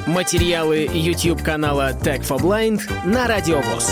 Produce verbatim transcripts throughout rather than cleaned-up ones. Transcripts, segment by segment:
Материалы YouTube-канала Tech for Blind на Радио ВОС.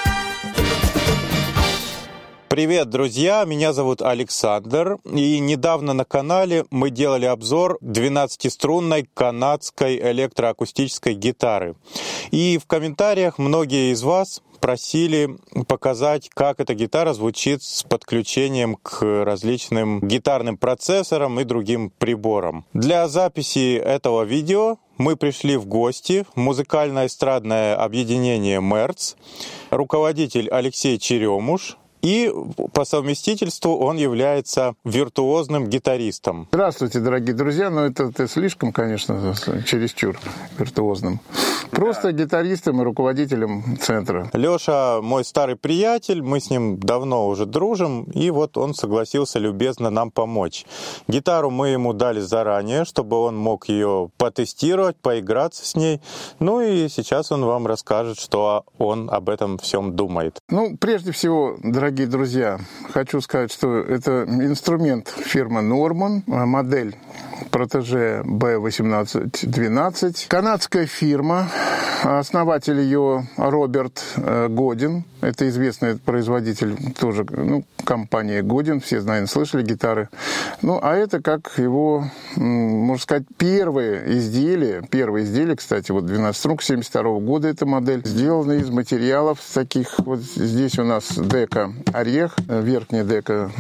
Привет, друзья! Меня зовут Александр, и недавно на канале мы делали обзор двенадцатиструнной канадской электроакустической гитары. И в комментариях многие из вас просили показать, как эта гитара звучит с подключением к различным гитарным процессорам и другим приборам. Для записи этого видео мы пришли в гости в музыкально-эстрадное объединение МЭРЦ, руководитель Алексей Черемуш, и по совместительству он является виртуозным гитаристом. Здравствуйте, дорогие друзья. Но это, это слишком, конечно, чересчур виртуозным. Просто гитаристом и руководителем центра. Леша мой старый приятель, мы с ним давно уже дружим, и вот он согласился любезно нам помочь. Гитару мы ему дали заранее, чтобы он мог ее потестировать, поиграться с ней. Ну и сейчас он вам расскажет, что он об этом всем думает. Ну, прежде всего, дорогие друзья, хочу сказать, что это инструмент фирмы Norman, модель Protege би восемнадцать двенадцать. Канадская фирма, основатель ее Роберт Годин. Это известный производитель тоже, ну, компания Годин, все, наверное, слышали гитары. Ну, а это как его, можно сказать, первое изделие, первое изделие, кстати, вот двенадцать струн, семьдесят второго года эта модель, сделана из материалов таких, вот здесь у нас дека орех, верхняя дека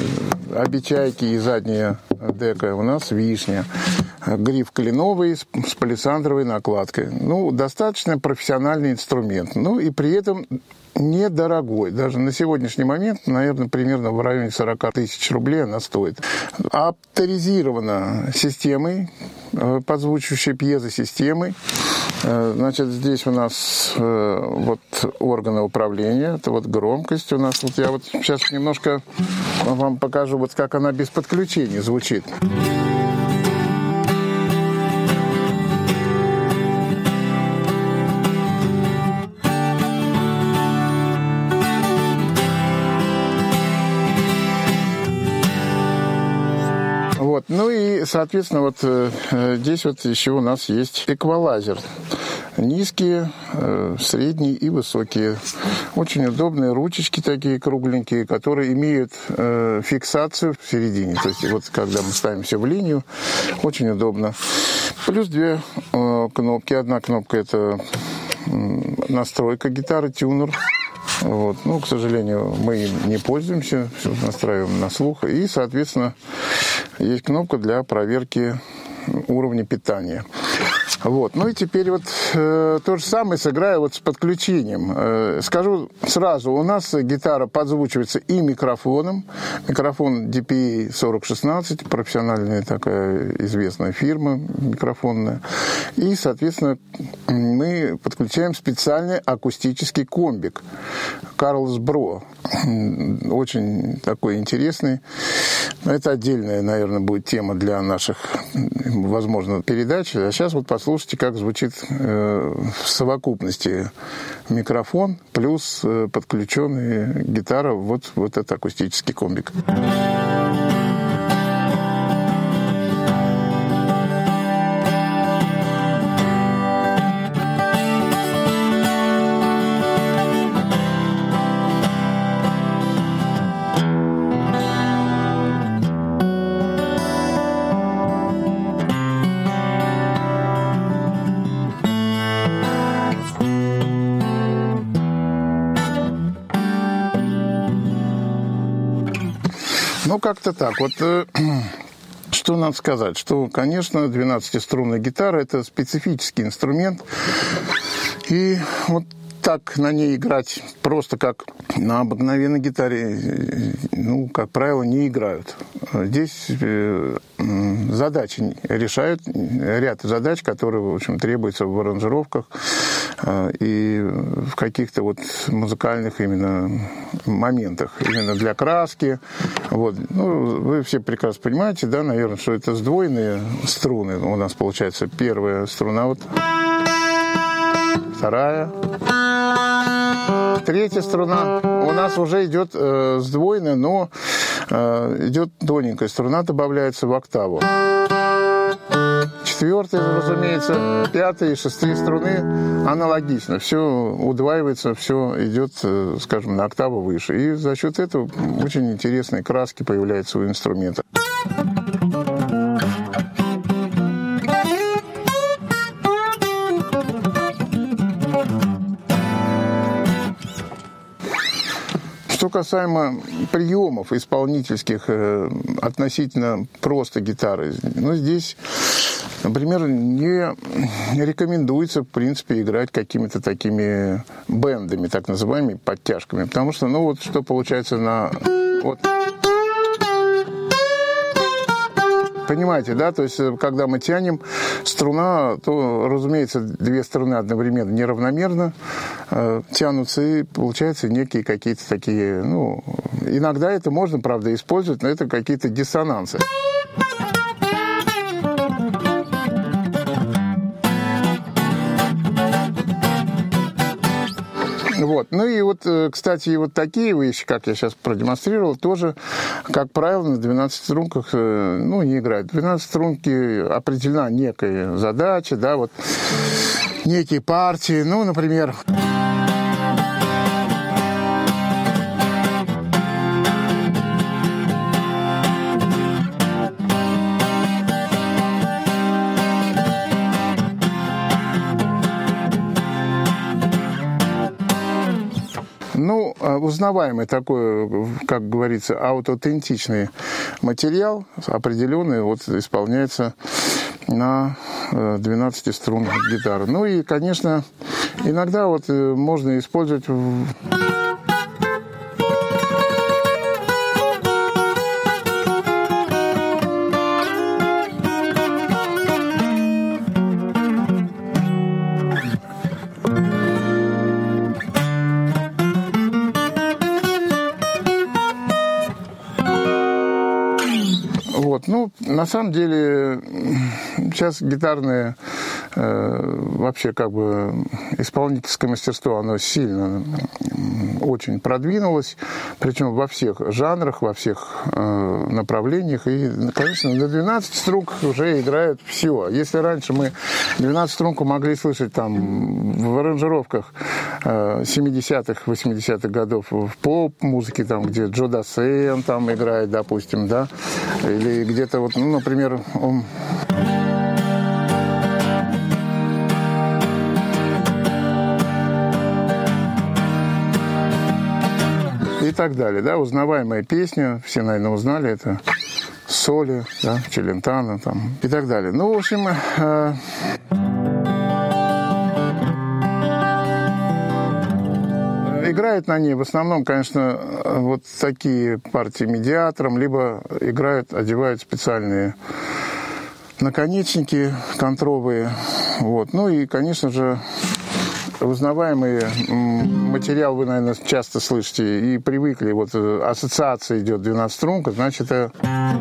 обечайки и задняя дека у нас вишня. Гриф кленовый с палисандровой накладкой. Ну, достаточно профессиональный инструмент. Ну, и при этом недорогой. Даже на сегодняшний момент, наверное, примерно в районе сорок тысяч рублей она стоит. Авторизирована системой, подзвучивающей пьезосистемой. Значит, здесь у нас вот органы управления, это вот громкость у нас. Вот я вот сейчас немножко вам покажу, вот как она без подключения звучит. Вот. Ну и, соответственно, вот э, здесь вот еще у нас есть эквалайзер. Низкие, э, средние и высокие. Очень удобные ручечки такие кругленькие, которые имеют э, фиксацию в середине. То есть вот когда мы ставимся в линию, очень удобно. Плюс две э, кнопки. Одна кнопка — это э, настройка гитары, тюнер. Вот. Ну, к сожалению, мы им не пользуемся, все настраиваем на слух. И, соответственно, есть кнопка для проверки уровня питания. Вот. Ну и теперь вот э, то же самое сыграю вот с подключением. Э, скажу сразу, у нас гитара подзвучивается и микрофоном. Микрофон ди пи эй сорок шестнадцать, профессиональная такая известная фирма микрофонная. И, соответственно, мы подключаем специальный акустический комбик Карлс Бро. Очень такой интересный. Это отдельная, наверное, будет тема для наших, возможно, передач. А сейчас вот послушайте, как звучит э, в совокупности микрофон плюс э, подключенная гитара. Вот, вот это акустический комбик. Ну, как-то так. Вот э, что надо сказать? Что, конечно, двенадцатиструнная гитара – это специфический инструмент. И вот так на ней играть просто как на обыкновенной гитаре, ну, как правило, не играют. Здесь э, задачи решают, ряд задач, которые, в общем, требуются в аранжировках э, и в каких-то вот музыкальных именно моментах, именно для краски. Вот. Ну, вы все прекрасно понимаете, да, наверное, что это сдвоенные струны. У нас получается первая струна, вот, вторая, третья струна у нас уже идет э, сдвоенная, но э, идет тоненькая струна, добавляется в октаву. четвертая, разумеется, пятая и шестая струны аналогично. Все удваивается, все идет, скажем, на октаву выше. И за счет этого очень интересные краски появляются у инструмента. Что касаемо приемов исполнительских э, относительно просто гитары, ну, здесь, например, не рекомендуется, в принципе, играть какими-то такими бендами, так называемыми подтяжками, потому что, ну, вот что получается на... Вот. Понимаете, да? То есть, когда мы тянем струна, то, разумеется, две струны одновременно неравномерно э, тянутся, и получаются некие какие-то такие, ну, иногда это можно, правда, использовать, но это какие-то диссонансы. Вот. Ну и вот, кстати, вот такие вещи, как я сейчас продемонстрировал, тоже, как правило, на двенадцати струнках, ну, не играют. В двенадцатой струнке определена некая задача, да, вот, некие партии, ну, например... Ну, узнаваемый такой, как говорится, аутентичный материал, определенный, вот, исполняется на двенадцати струнах гитары. Ну и, конечно, иногда вот можно использовать... Вот. Ну, на самом деле, сейчас гитарное э, вообще как бы исполнительское мастерство, оно сильно очень продвинулось, причем во всех жанрах, во всех э, направлениях. И, конечно, на двенадцати струнках уже играют все. Если раньше мы двенадцатую струнку могли слышать там в аранжировках э, семидесятых, восьмидесятых годов в поп-музыке, там, где Джо Дассен там играет, допустим, да, или где-то вот, ну, например, он... и так далее, да, узнаваемая песня, все, наверное, узнали, это Соли, да, Челентано, там, и так далее. Ну, в общем, э... играют на ней в основном, конечно, вот такие партии медиатором, либо играют, одевают специальные наконечники контровые, вот. Ну и, конечно же, узнаваемый материал вы, наверное, часто слышите и привыкли. Вот ассоциация идет двенадцать струнка, значит, это...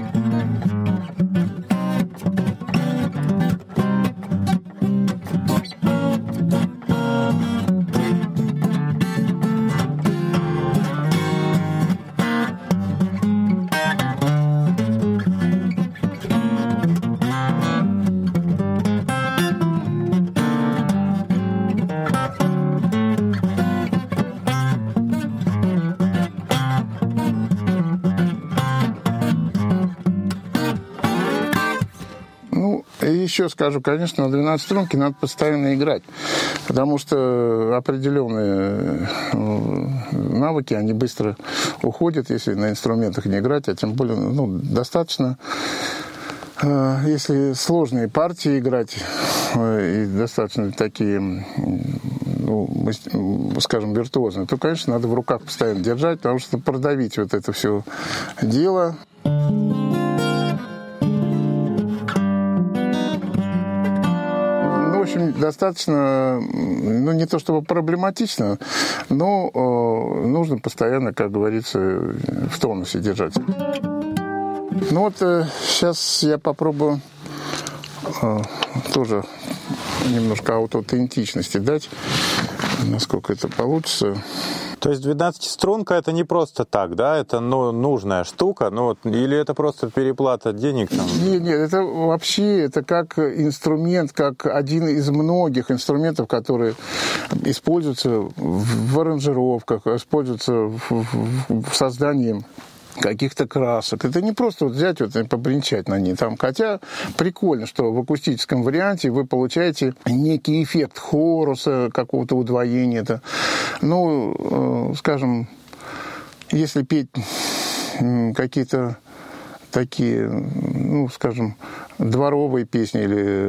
Еще скажу, конечно, на двенадцатой струнке надо постоянно играть, потому что определенные навыки, они быстро уходят, если на инструментах не играть, а тем более, ну, достаточно, если сложные партии играть, и достаточно такие, ну, скажем, виртуозные, то, конечно, надо в руках постоянно держать, потому что продавить вот это все дело... В общем, достаточно, ну, не то чтобы проблематично, но э, нужно постоянно, как говорится, в тонусе держать. Ну вот, э, сейчас я попробую э, тоже немножко аутентичности дать, насколько это получится. То есть двенадцатиструнка это не просто так, да? Это ну, нужная штука, ну, или это просто переплата денег? Там? Нет, нет, это вообще это как инструмент, как один из многих инструментов, которые используются в аранжировках, используются в, в, в создании каких-то красок. Это не просто вот взять вот и побренчать на ней. Там, хотя прикольно, что в акустическом варианте вы получаете некий эффект хоруса, какого-то удвоения. -то. Ну, э, скажем, если петь какие-то такие, ну, скажем, дворовые песни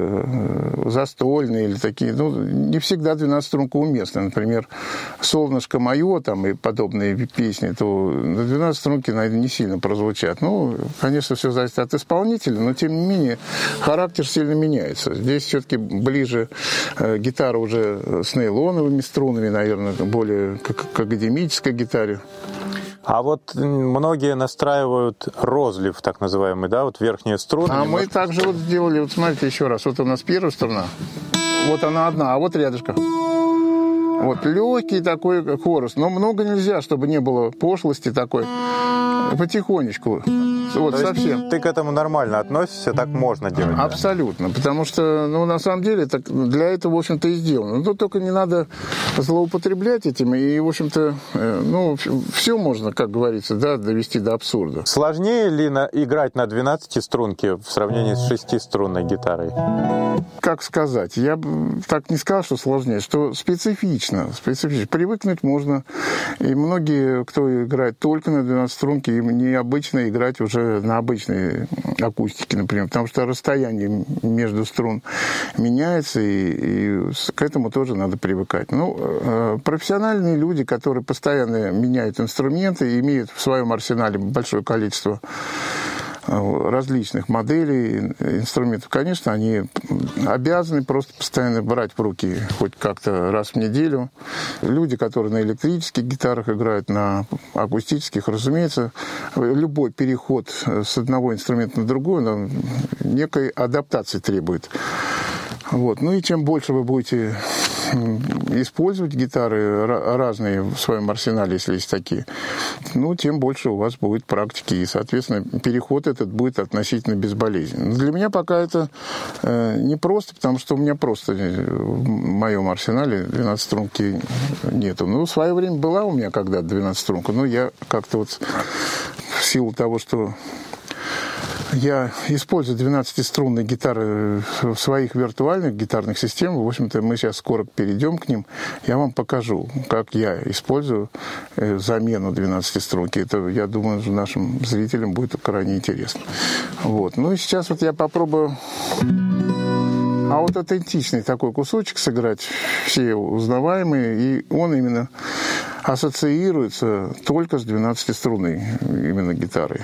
или застольные, или такие, ну, не всегда двенадцатиструнка уместна. Например, «Солнышко мое» там и подобные песни, то на двенадцатиструнке, наверное, не сильно прозвучат. Ну, конечно, все зависит от исполнителя, но, тем не менее, характер сильно меняется. Здесь все-таки ближе э, гитара уже с нейлоновыми струнами, наверное, более к, к академической гитаре. А вот многие настраивают розлив, так называемый, да, вот верхние струны. А немножко... мы также вот сделали, вот смотрите еще раз, вот у нас первая струна, вот она одна, а вот рядышком. Вот легкий такой хорус, но много нельзя, чтобы не было пошлости такой. Потихонечку. Вот, То совсем. Есть ты к этому нормально относишься, так можно делать? Абсолютно. Да? Потому что, ну, на самом деле, так, для этого, в общем-то, и сделано. Но тут только не надо злоупотреблять этим. И, в общем-то, э, ну, все можно, как говорится, да, довести до абсурда. Сложнее ли на, играть на двенадцатиструнке в сравнении с шестиструнной гитарой? Как сказать? Я бы так не сказал, что сложнее, что специфично. специфично. Привыкнуть можно. И многие, кто играет только на двенадцатиструнке, им необычно играть уже на обычной акустике, например, потому что расстояние между струн меняется, и, и к этому тоже надо привыкать. Ну, профессиональные люди, которые постоянно меняют инструменты, имеют в своем арсенале большое количество различных моделей, инструментов, конечно, они обязаны просто постоянно брать в руки хоть как-то раз в неделю. Люди, которые на электрических гитарах играют, на акустических, разумеется, любой переход с одного инструмента на другой, он некой адаптации требует. Вот. Ну и чем больше вы будете использовать гитары разные в своем арсенале, если есть такие, ну, тем больше у вас будет практики, и, соответственно, переход этот будет относительно безболезненный. Но для меня пока это э, не просто, потому что у меня просто в моем арсенале двенадцатиструнки нету. Ну, в свое время была у меня когда-то двенадцатиструнка, но я как-то вот в силу того, что я использую двенадцатиструнные гитары в своих виртуальных гитарных системах. В общем-то, мы сейчас скоро перейдем к ним. Я вам покажу, как я использую замену двенадцатиструнки. Это, я думаю, нашим зрителям будет крайне интересно. Вот. Ну и сейчас вот я попробую а вот аутентичный такой кусочек сыграть, все узнаваемые, и он именно ассоциируется только с двенадцатиструнной именно гитарой.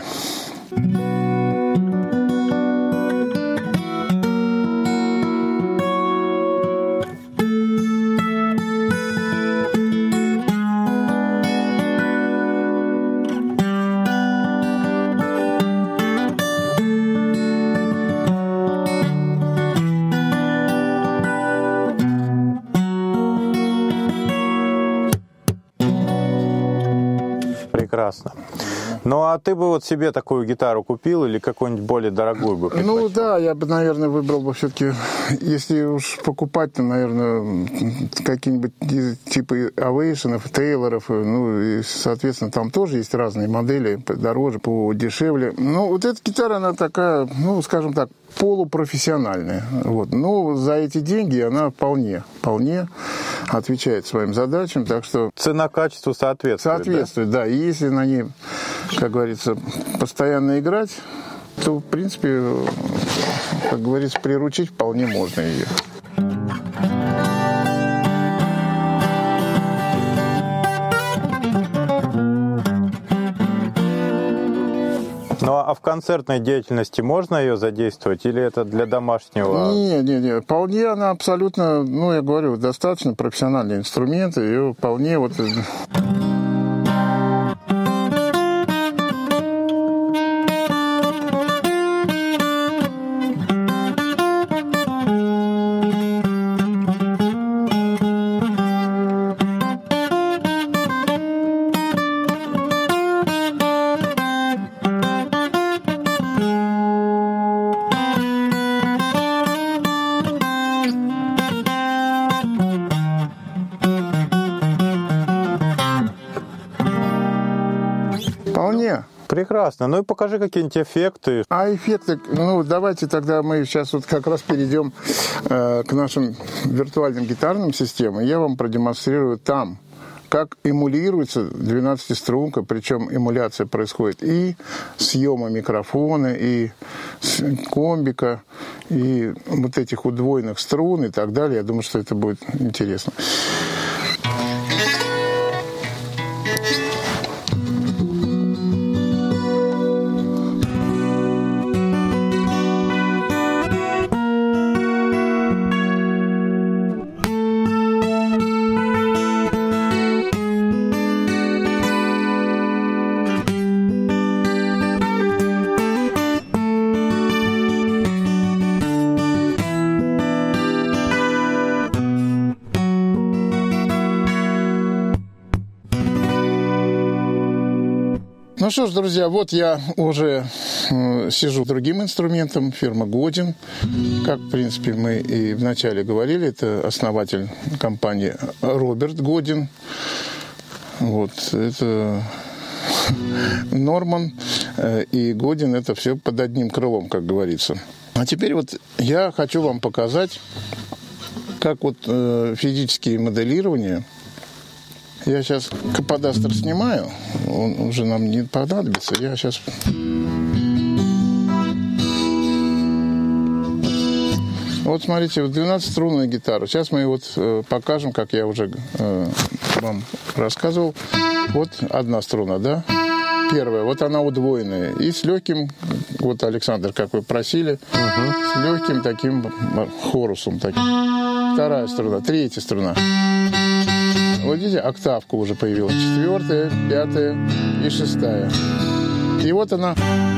Прекрасно. Ну, а ты бы вот себе такую гитару купил или какую-нибудь более дорогую бы предпочел? Ну, да, я бы, наверное, выбрал бы все-таки, если уж покупать, то, наверное, какие-нибудь типы Овейшенов, Тейлоров, ну, и, соответственно, там тоже есть разные модели, подороже, подешевле. Ну, вот эта гитара, она такая, ну, скажем так, полупрофессиональная. Вот. Но за эти деньги она вполне, вполне отвечает своим задачам, так что... Цена-качество соответствует, Соответствует, да? да. И если на ней, как говорится, постоянно играть, то, в принципе, как говорится, приручить вполне можно ее. Ну, а в концертной деятельности можно ее задействовать или это для домашнего? Не, не, не. Вполне она абсолютно, ну, я говорю, достаточно профессиональный инструмент, ее вполне вот... Прекрасно. Ну и покажи какие-нибудь эффекты. А эффекты, ну давайте тогда мы сейчас вот как раз перейдем э, к нашим виртуальным гитарным системам. Я вам продемонстрирую там, как эмулируется двенадцатиструнка, причем эмуляция происходит и съема микрофона, и комбика, и вот этих удвоенных струн и так далее. Я думаю, что это будет интересно. Ну что ж, друзья, вот я уже э, сижу другим инструментом, фирма Godin. Как, в принципе, мы и вначале говорили, это основатель компании Роберт Godin. Вот, это Норман э, и Godin, это все под одним крылом, как говорится. А теперь вот я хочу вам показать, как вот э, физические моделирования. Я сейчас каподастр снимаю, он уже нам не понадобится. Я сейчас... Вот смотрите, вот двенадцатиструнная гитара. Сейчас мы вот э, покажем, как я уже э, вам рассказывал. Вот одна струна, да? Первая, вот она удвоенная. И с легким, вот, Александр, как вы просили, угу. с легким таким хорусом. Таким. Вторая струна, третья струна. Вот видите, октавка уже появилась. Четвертая, пятая и шестая. И вот она.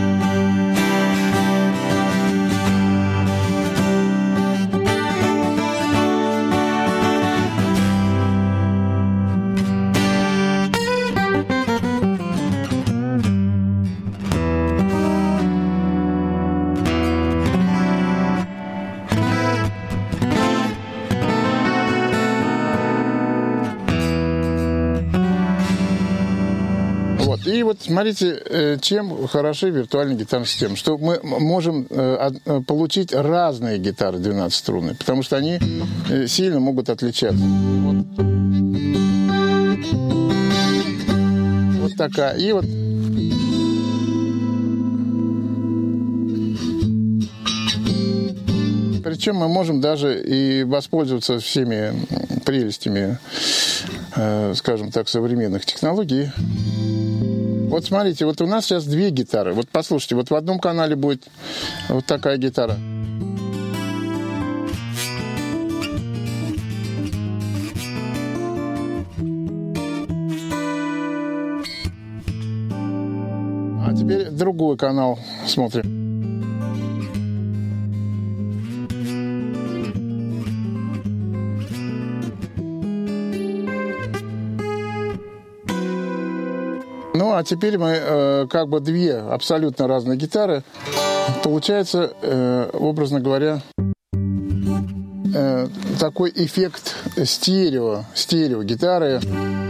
И вот смотрите, чем хороши виртуальные гитарные системы. Что мы можем получить разные гитары двенадцатиструнные, потому что они сильно могут отличаться. Вот, вот такая. И вот причем мы можем даже и воспользоваться всеми прелестями, скажем так, современных технологий. Вот смотрите, вот у нас сейчас две гитары. Вот послушайте, вот в одном канале будет вот такая гитара. А теперь другой канал смотрим. Ну, а теперь мы э, как бы две абсолютно разные гитары. Получается, э, образно говоря, э, такой эффект стерео, стерео-гитары.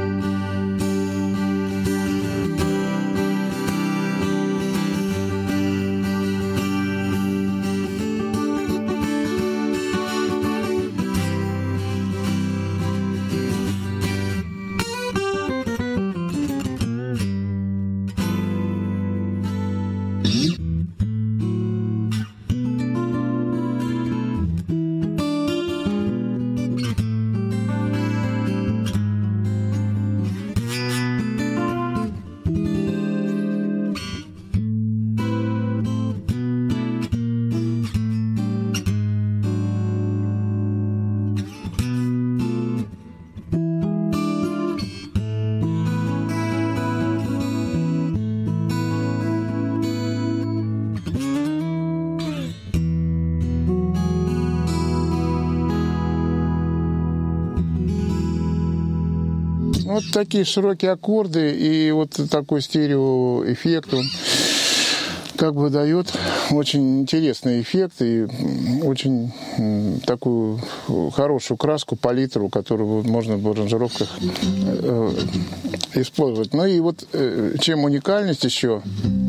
Вот такие широкие аккорды и вот такой стереоэффект, он как бы дает очень интересный эффект и очень такую хорошую краску, палитру, которую можно в аранжировках использовать. Ну и вот чем уникальность еще,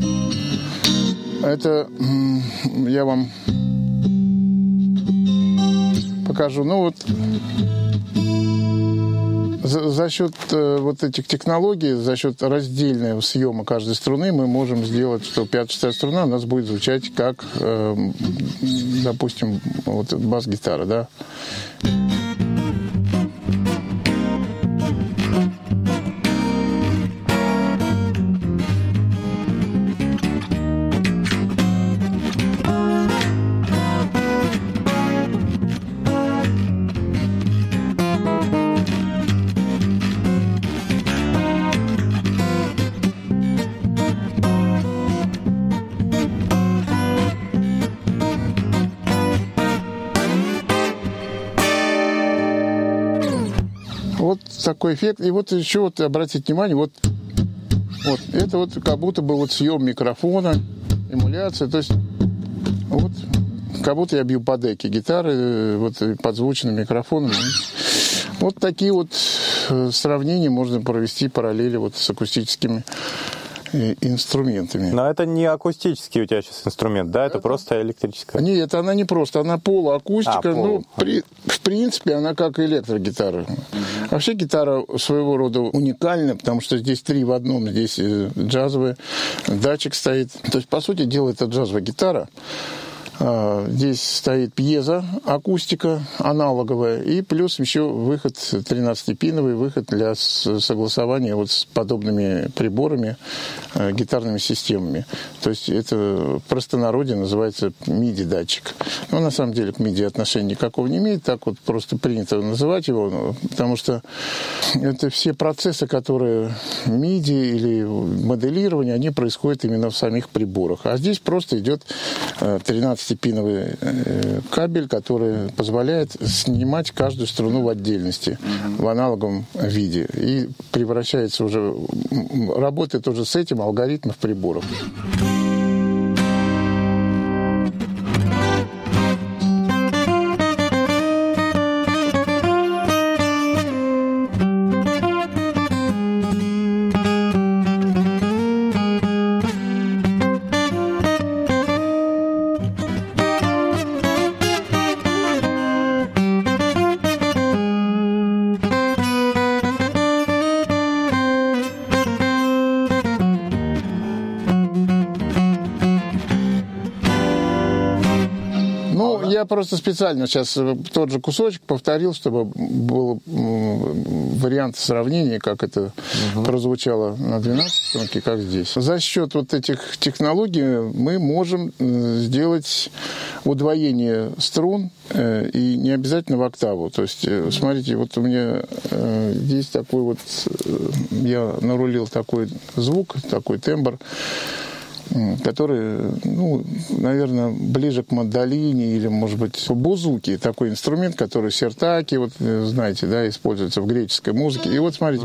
Это я вам покажу. Ну вот за, за счет э, вот этих технологий, за счет раздельного съема каждой струны мы можем сделать, что пятая-шестая струна у нас будет звучать как, э, допустим, вот бас-гитара, да. Вот такой эффект. И вот еще вот обратите внимание, вот, вот это вот как будто бы вот съем микрофона, эмуляция. То есть вот как будто я бью по деке гитары, вот подзвученным микрофоном. Вот такие вот сравнения можно провести параллели вот с акустическими инструментами. Но это не акустический у тебя сейчас инструмент, да? Это, это просто электрическая? Нет, это она не просто, она полуакустика. А, полу. Ну, при, в принципе, она как электрогитара. Mm-hmm. Вообще гитара своего рода уникальна, потому что здесь три в одном. Здесь джазовый датчик стоит. То есть, по сути дела, это джазовая гитара. Здесь стоит пьезо, акустика аналоговая, и плюс еще выход, тринадцатипиновый выход для согласования вот с подобными приборами, гитарными системами. То есть это в простонародье называется миди-датчик. Но на самом деле к миди отношения никакого не имеет, так вот просто принято называть его, потому что это все процессы, которые миди или моделирование, они происходят именно в самих приборах. А здесь просто идет тринадцатипиновый кабель, который позволяет снимать каждую струну в отдельности, mm-hmm. в аналоговом виде. И превращается уже, работает уже с этим алгоритмов приборов. Я просто специально сейчас тот же кусочек повторил, чтобы был вариант сравнения, как это угу. прозвучало на двенадцатой струнке, как здесь. За счет вот этих технологий мы можем сделать удвоение струн, и не обязательно в октаву. То есть, смотрите, вот у меня здесь такой вот, я нарулил такой звук, такой тембр, который, ну, наверное, ближе к мандолине или, может быть, бузуки. Такой инструмент, который сертаки, вот, знаете, да, используется в греческой музыке. И вот, смотрите.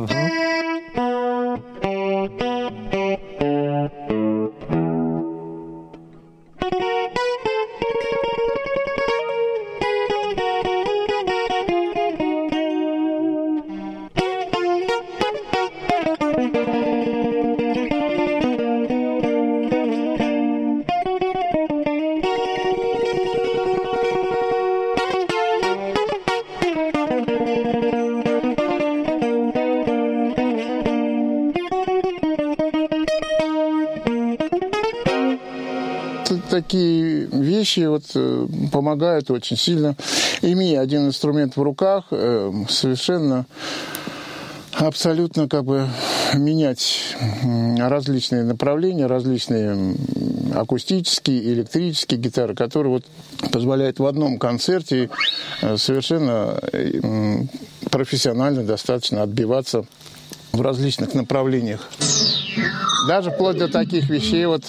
Такие вещи вот помогают очень сильно. Имея один инструмент в руках, совершенно абсолютно как бы менять различные направления, различные акустические, электрические гитары, которые вот позволяют в одном концерте совершенно профессионально достаточно отбиваться в различных направлениях. Даже вплоть до таких вещей вот.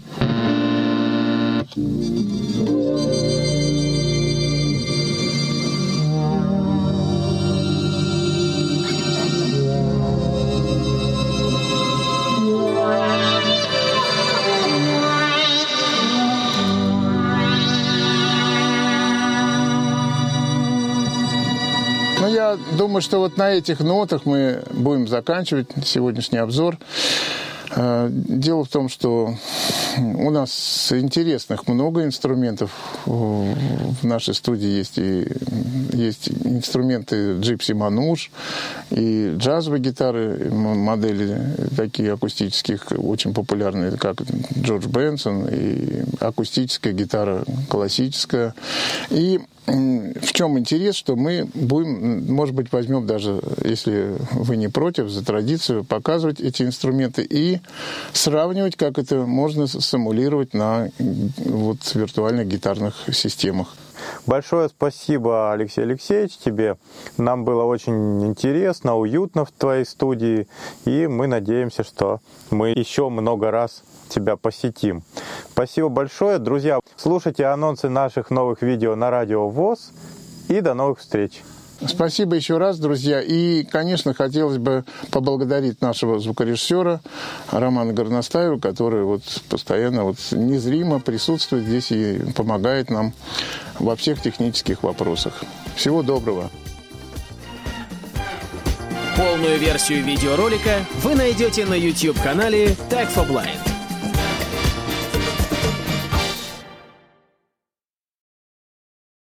Ну, я думаю, что вот на этих нотах мы будем заканчивать сегодняшний обзор. Дело в том, что у нас интересных много инструментов. В нашей студии есть и есть инструменты Gypsy Manouche, и джазовые гитары, модели такие акустических, очень популярные, как Джордж Бенсон, и акустическая гитара классическая. И в чем интерес, что мы будем, может быть, возьмем даже, если вы не против, за традицию показывать эти инструменты и сравнивать, как это можно симулировать на вот виртуальных гитарных системах. Большое спасибо, Алексей Алексеевич, тебе. Нам было очень интересно, уютно в твоей студии, и мы надеемся, что мы еще много раз тебя посетим. Спасибо большое, друзья. Слушайте анонсы наших новых видео на Радио ВОС, и до новых встреч. Спасибо еще раз, друзья. И, конечно, хотелось бы поблагодарить нашего звукорежиссера Романа Горностаева, который вот постоянно вот незримо присутствует здесь и помогает нам во всех технических вопросах. Всего доброго. Полную версию видеоролика вы найдете на YouTube-канале Tech for Blind.